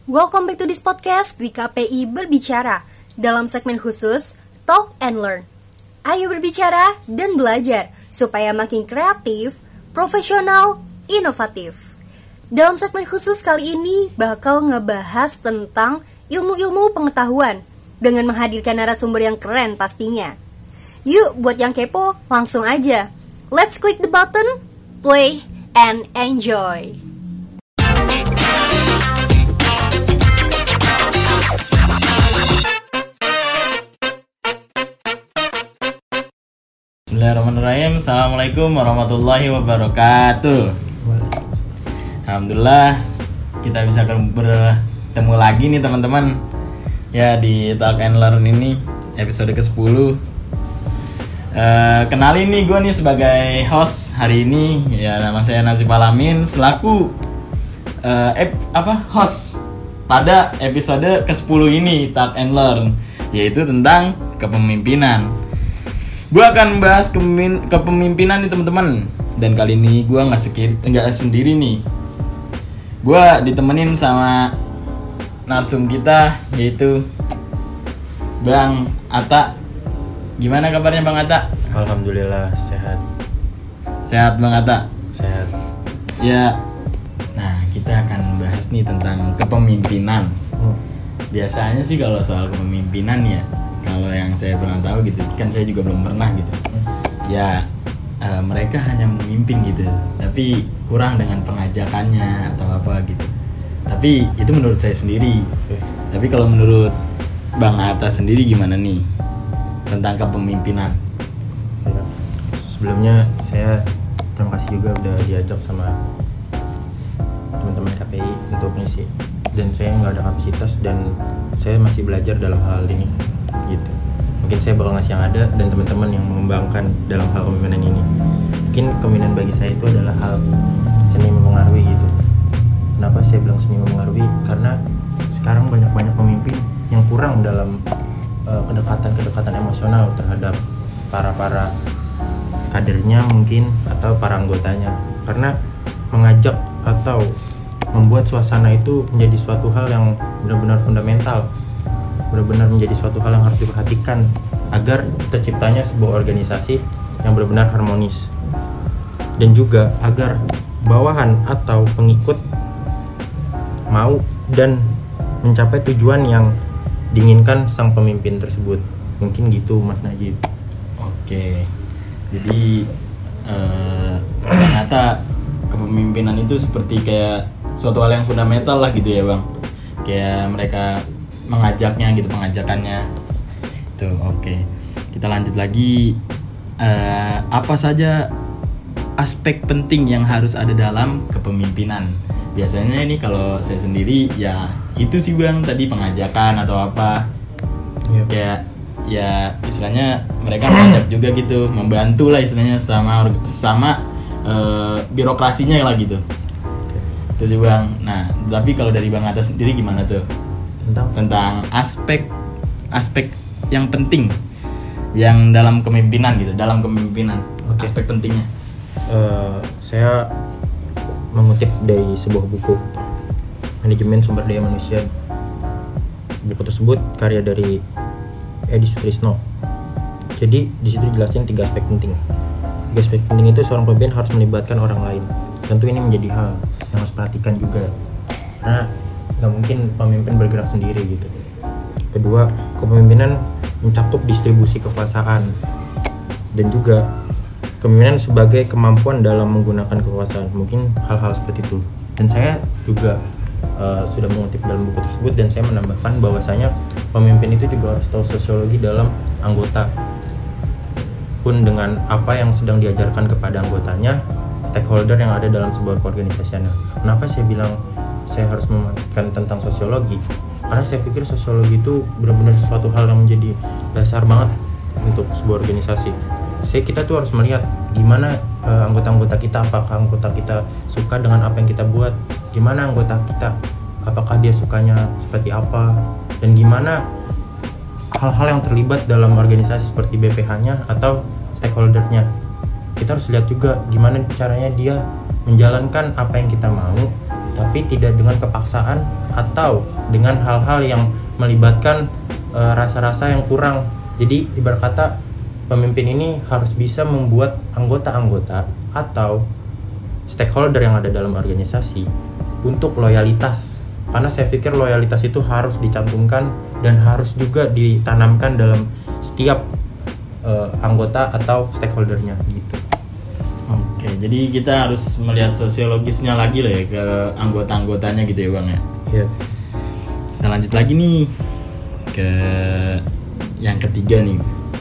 Welcome back to this podcast di KPI Berbicara dalam segmen khusus Talk and Learn. Ayo berbicara dan belajar supaya makin kreatif, profesional, inovatif. Dalam segmen khusus kali ini bakal ngebahas tentang ilmu-ilmu pengetahuan dengan menghadirkan narasumber yang keren pastinya. Yuk buat yang kepo langsung aja. Let's click the button, play and enjoy. Bismillahirrahmanirrahim. Assalamualaikum warahmatullahi wabarakatuh. Alhamdulillah kita bisa bertemu lagi nih teman-teman. Ya di Talk and Learn ini episode ke-10. Kenalin nih gue nih sebagai host hari ini. Ya nama saya Nazif Alamin selaku host pada episode ke-10 ini Talk and Learn, yaitu tentang kepemimpinan. Gue akan bahas kepemimpinan nih teman-teman. Dan kali ini gue nggak sendiri nih. Gue ditemenin sama narsum kita, yaitu Bang Atta. Gimana kabarnya Bang Atta? Alhamdulillah sehat. Sehat Bang Atta? Sehat. Ya. Nah kita akan bahas nih tentang kepemimpinan. Biasanya sih kalau soal kepemimpinan ya, kalau yang saya pernah tahu gitu, kan saya juga belum pernah gitu. Ya mereka hanya memimpin gitu, tapi kurang dengan pengajakannya atau apa gitu. Tapi itu menurut saya sendiri. Tapi kalau menurut Bang Atta sendiri gimana nih tentang kepemimpinan? Sebelumnya saya terima kasih juga udah diajak sama teman-teman KPI untuk ngisi. Dan saya nggak ada kapasitas dan saya masih belajar dalam hal ini. Gitu. Mungkin saya bakal ngasih yang ada dan teman-teman yang mengembangkan dalam hal kepemimpinan ini. Mungkin kepemimpinan bagi saya itu adalah hal seni mempengaruhi gitu. Kenapa saya bilang seni mempengaruhi? Karena sekarang banyak pemimpin yang kurang dalam kedekatan emosional terhadap para kadernya mungkin atau para anggotanya. Karena mengajak atau membuat suasana itu menjadi suatu hal yang benar-benar fundamental, benar-benar menjadi suatu hal yang harus diperhatikan agar terciptanya sebuah organisasi yang benar-benar harmonis, dan juga agar bawahan atau pengikut mau dan mencapai tujuan yang diinginkan sang pemimpin tersebut. Mungkin gitu Mas Najib. Oke, jadi ternyata kepemimpinan itu seperti kayak suatu hal yang fundamental lah gitu ya Bang. Kayak mereka mengajaknya gitu, pengajakannya itu. Oke, kita lanjut lagi. Apa saja aspek penting yang harus ada dalam kepemimpinan? Biasanya ini kalau saya sendiri ya itu sih Bang, tadi pengajakan atau apa. Kayak ya istilahnya mereka mengajak juga gitu, membantu lah istilahnya sama birokrasinya lah gitu. Itu sih Bang. Nah, tapi kalau dari Bang Atta sendiri gimana tuh? Tentang aspek yang penting yang dalam kepemimpinan gitu, dalam kepemimpinan. Okay. Aspek pentingnya. Saya mengutip dari sebuah buku, Manajemen Sumber Daya Manusia. Buku tersebut karya dari Edi Sutrisno. Jadi di situ dijelasin 3 aspek penting. 3 aspek penting itu seorang pemimpin harus melibatkan orang lain. Tentu ini menjadi hal yang harus perhatikan juga, karena nggak mungkin pemimpin bergerak sendiri gitu. Kedua, kepemimpinan mencakup distribusi kekuasaan dan juga kepemimpinan sebagai kemampuan dalam menggunakan kekuasaan. Mungkin hal-hal seperti itu. Dan saya juga sudah mengutip dalam buku tersebut, dan saya menambahkan bahwasanya pemimpin itu juga harus tahu sosiologi dalam anggota. Pun dengan apa yang sedang diajarkan kepada anggotanya, stakeholder yang ada dalam sebuah keorganisasian. Kenapa saya bilang saya harus mematikan tentang sosiologi? Karena saya pikir sosiologi itu benar-benar suatu hal yang menjadi dasar banget untuk sebuah organisasi. Kita tuh harus melihat gimana anggota-anggota kita, apakah anggota kita suka dengan apa yang kita buat, gimana anggota kita, apakah dia sukanya seperti apa, dan gimana hal-hal yang terlibat dalam organisasi seperti BPH-nya atau stakeholder-nya. Kita harus lihat juga gimana caranya dia menjalankan apa yang kita mau tapi tidak dengan kepaksaan atau dengan hal-hal yang melibatkan rasa-rasa yang kurang. Jadi ibarat kata pemimpin ini harus bisa membuat anggota-anggota atau stakeholder yang ada dalam organisasi untuk loyalitas. Karena saya pikir loyalitas itu harus dicantumkan dan harus juga ditanamkan dalam setiap anggota atau stakeholdernya gitu. Oke, jadi kita harus melihat sosiologisnya lagi lah ya ke anggota-anggotanya gitu ya Bang ya. Iya. Kita lanjut lagi nih ke yang ketiga nih.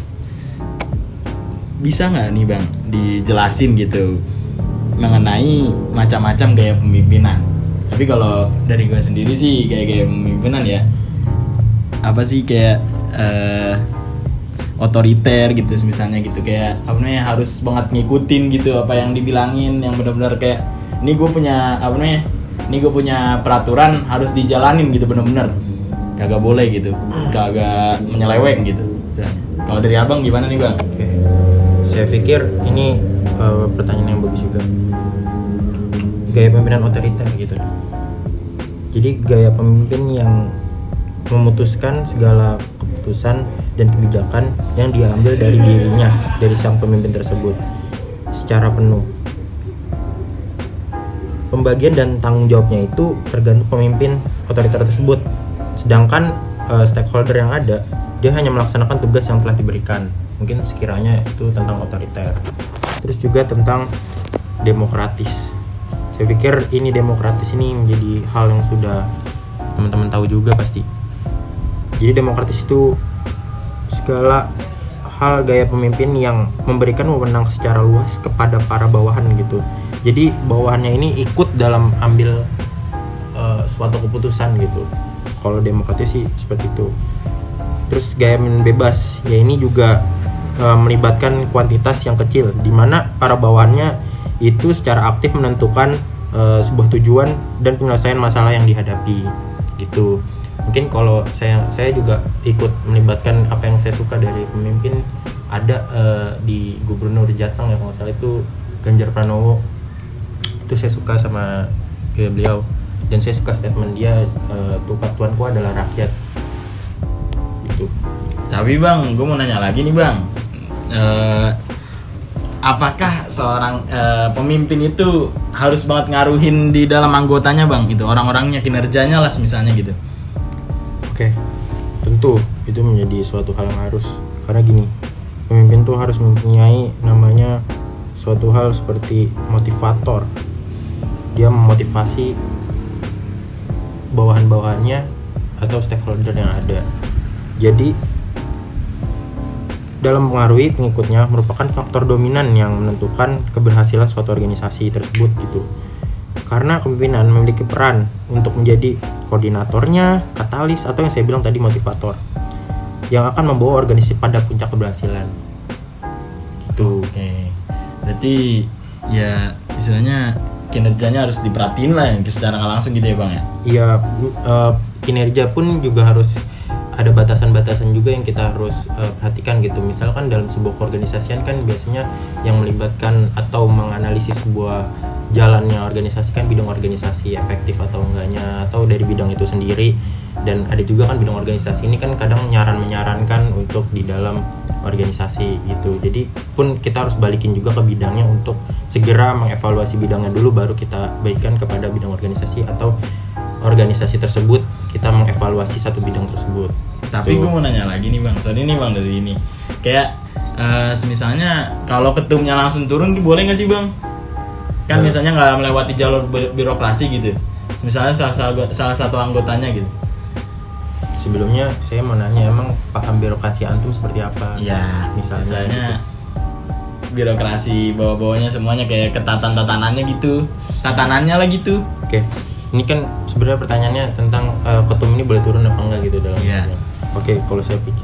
Bisa nggak nih Bang dijelasin gitu mengenai macam-macam gaya pemimpinan? Tapi kalau dari gue sendiri sih kayak gaya pemimpinan ya apa sih kayak otoriter gitu misalnya gitu, kayak apa namanya harus banget ngikutin gitu apa yang dibilangin, yang benar-benar kayak ini gue punya peraturan harus dijalanin gitu benar-benar, kagak boleh gitu, kagak menyeleweng gitu misalnya. Kalau dari abang gimana nih Bang? Oke. Saya pikir ini pertanyaan yang bagus juga. Gaya pemimpinan otoriter gitu. Jadi gaya pemimpin yang memutuskan segala keputusan dan kebijakan yang diambil dari dirinya, dari sang pemimpin tersebut secara penuh. Pembagian dan tanggung jawabnya itu tergantung pemimpin otoriter tersebut. Sedangkan stakeholder yang ada, dia hanya melaksanakan tugas yang telah diberikan. Mungkin sekiranya itu tentang otoriter. Terus juga tentang demokratis. Saya pikir ini demokratis ini menjadi hal yang sudah teman-teman tahu juga pasti. Jadi demokratis itu segala hal gaya pemimpin yang memberikan wewenang secara luas kepada para bawahan gitu. Jadi bawahannya ini ikut dalam ambil suatu keputusan gitu. Kalau demokratis sih seperti itu. Terus gaya pemimpin bebas, ya ini juga melibatkan kuantitas yang kecil, di mana para bawahannya itu secara aktif menentukan sebuah tujuan dan penyelesaian masalah yang dihadapi gitu. Mungkin kalau saya juga ikut melibatkan apa yang saya suka dari pemimpin ada di Gubernur Jateng ya kalau salah itu Ganjar Pranowo. Itu saya suka sama beliau dan saya suka statement dia, tuanku adalah rakyat gitu. Tapi Bang, gue mau nanya lagi nih Bang, apakah seorang pemimpin itu harus banget ngaruhin di dalam anggotanya Bang gitu, orang-orangnya, kinerjanya lah misalnya gitu? Oke, tentu itu menjadi suatu hal yang harus, karena gini, pemimpin tuh harus mempunyai namanya suatu hal seperti motivator. Dia memotivasi bawahan-bawahannya atau stakeholder yang ada. Jadi dalam mempengaruhi pengikutnya merupakan faktor dominan yang menentukan keberhasilan suatu organisasi tersebut gitu. Karena kepemimpinan memiliki peran untuk menjadi koordinatornya, katalis, atau yang saya bilang tadi motivator yang akan membawa organisasi pada puncak keberhasilan gitu. Oke, berarti ya istilahnya kinerjanya harus diperhatiin lah yang secara nggak langsung gitu ya Bang ya? Iya, kinerja pun juga harus ada batasan-batasan juga yang kita harus perhatikan gitu. Misalkan dalam sebuah keorganisasian kan biasanya yang melibatkan atau menganalisis sebuah jalannya organisasi kan bidang organisasi efektif atau enggaknya, atau dari bidang itu sendiri. Dan ada juga kan bidang organisasi ini kan kadang menyarankan untuk di dalam organisasi gitu. Jadi pun kita harus balikin juga ke bidangnya untuk segera mengevaluasi bidangnya dulu, baru kita baikkan kepada bidang organisasi atau organisasi tersebut kita mengevaluasi satu bidang tersebut. Tapi gue mau nanya lagi nih Bang, soalnya ini Bang dari ini kayak misalnya kalau ketumnya langsung turun boleh nggak sih Bang? Kan misalnya nggak melewati jalur birokrasi gitu, misalnya salah satu anggotanya gitu. Sebelumnya saya mau nanya, emang paham birokrasi antum seperti apa? Iya, misalnya gitu. Birokrasi bawah-bawahnya semuanya kayak ketatan-tatanannya gitu, tatanannya lah gitu. Oke, ini kan sebenarnya pertanyaannya tentang ketum ini boleh turun apa enggak gitu dalam. Oke, kalau saya pikir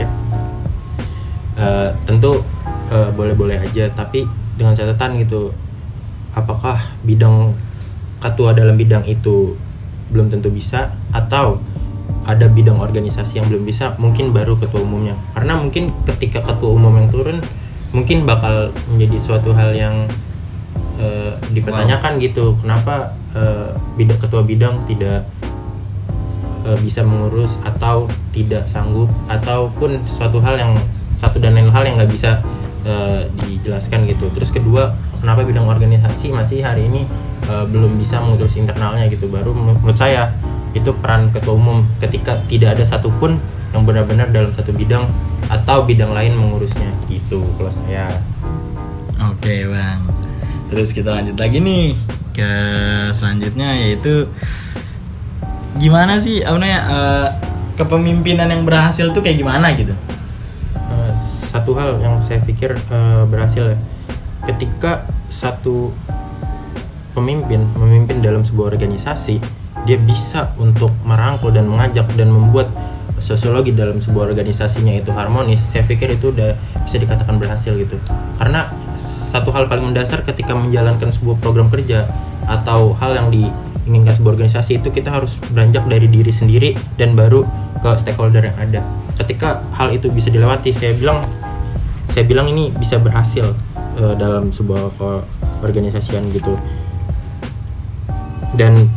tentu boleh-boleh aja, tapi dengan catatan gitu, apakah bidang ketua dalam bidang itu belum tentu bisa, atau ada bidang organisasi yang belum bisa, mungkin baru ketua umumnya. Karena mungkin ketika ketua umum yang turun mungkin bakal menjadi suatu hal yang dipertanyakan gitu, kenapa ketua bidang tidak bisa mengurus atau tidak sanggup, ataupun satu dan lain hal yang nggak bisa dijelaskan gitu. Terus kedua, kenapa bidang organisasi masih hari ini belum bisa mengurus internalnya gitu. Baru menurut saya itu peran ketua umum ketika tidak ada satupun yang benar-benar dalam satu bidang atau bidang lain mengurusnya gitu kalau saya. Oke bang, terus kita lanjut lagi nih ke selanjutnya, yaitu gimana sih kepemimpinan yang berhasil tuh kayak gimana gitu? Satu hal yang saya pikir berhasil ya, ketika satu memimpin dalam sebuah organisasi, dia bisa untuk merangkul dan mengajak dan membuat sosiologi dalam sebuah organisasinya itu harmonis. Saya pikir itu udah bisa dikatakan berhasil gitu. Karena satu hal paling mendasar ketika menjalankan sebuah program kerja atau hal yang diinginkan sebuah organisasi itu, kita harus beranjak dari diri sendiri dan baru ke stakeholder yang ada. Ketika hal itu bisa dilewati, saya bilang ini bisa berhasil dalam sebuah organisasian gitu. Dan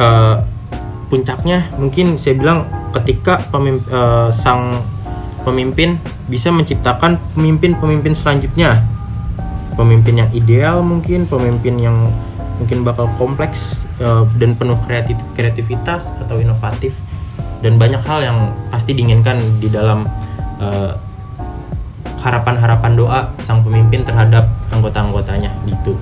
puncaknya mungkin saya bilang ketika sang pemimpin bisa menciptakan pemimpin selanjutnya, pemimpin yang ideal, mungkin pemimpin yang mungkin bakal kompleks dan penuh kreativitas atau inovatif, dan banyak hal yang pasti diinginkan di dalam harapan-harapan doa sang pemimpin terhadap anggota-anggotanya gitu.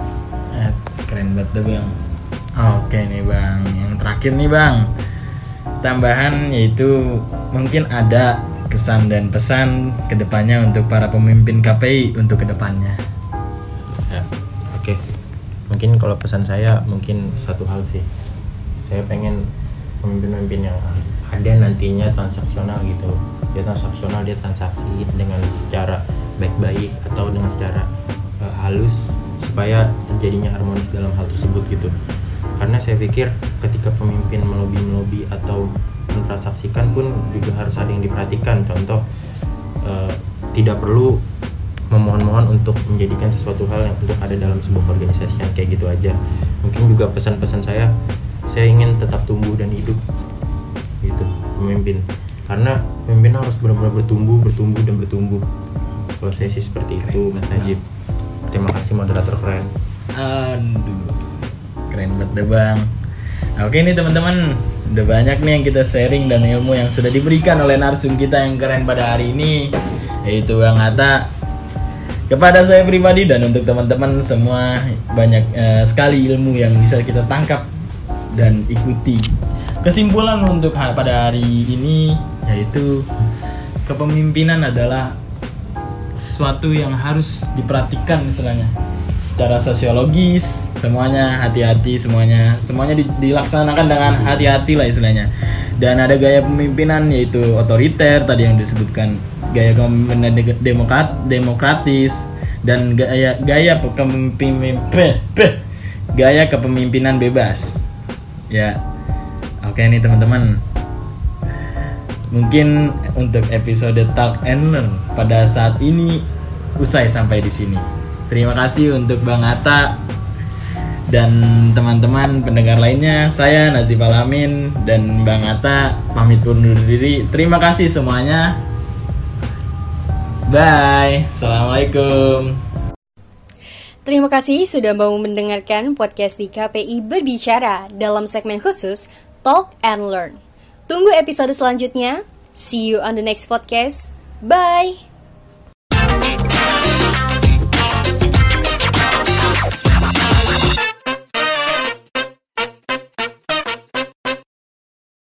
Keren banget deh bang. Oke nih bang, yang terakhir nih bang, tambahan yaitu mungkin ada kesan dan pesan kedepannya untuk para pemimpin KPI untuk kedepannya. Ya, oke. Mungkin kalau pesan saya mungkin satu hal sih, saya pengen pemimpin-pemimpin yang ada nantinya transaksional gitu. Dia transaksional, dia transaksi dengan secara baik-baik atau dengan secara halus supaya terjadinya harmonis dalam hal tersebut gitu. Karena saya pikir ketika pemimpin melobi atau mentransaksikan pun juga harus ada yang diperhatikan. Contoh, tidak perlu memohon-mohon untuk menjadikan sesuatu hal yang untuk ada dalam sebuah organisasi yang kayak gitu aja. Mungkin juga pesan-pesan saya ingin tetap tumbuh dan hidup gitu pemimpin. Karena pemimpin harus benar-benar bertumbuh. Kalau saya sih seperti itu, Mas Najib. Terima kasih moderator keren. Aduh, keren banget deh bang. Oke nih teman-teman, udah banyak nih yang kita sharing dan ilmu yang sudah diberikan oleh narsum kita yang keren pada hari ini, yaitu Bang Atta. Kepada saya pribadi dan untuk teman-teman semua, banyak sekali ilmu yang bisa kita tangkap dan ikuti. Kesimpulan untuk pada hari ini yaitu kepemimpinan adalah sesuatu yang harus diperhatikan misalnya secara sosiologis, semuanya hati-hati, semuanya dilaksanakan dengan hati-hati lah istilahnya. Dan ada gaya pemimpinan yaitu otoriter tadi yang disebutkan, gaya kepemimpinan demokratis, dan gaya kepemimpinan bebas. Ya, oke nih teman-teman. Mungkin untuk episode Talk and Learn pada saat ini usai sampai di sini. Terima kasih untuk Bang Atta dan teman-teman pendengar lainnya. Saya Nazif Alamin dan Bang Atta pamit undur diri. Terima kasih semuanya. Bye. Assalamualaikum. Terima kasih sudah mau mendengarkan podcast di KPI Berbicara dalam segmen khusus Talk and Learn. Tunggu episode selanjutnya. See you on the next podcast. Bye.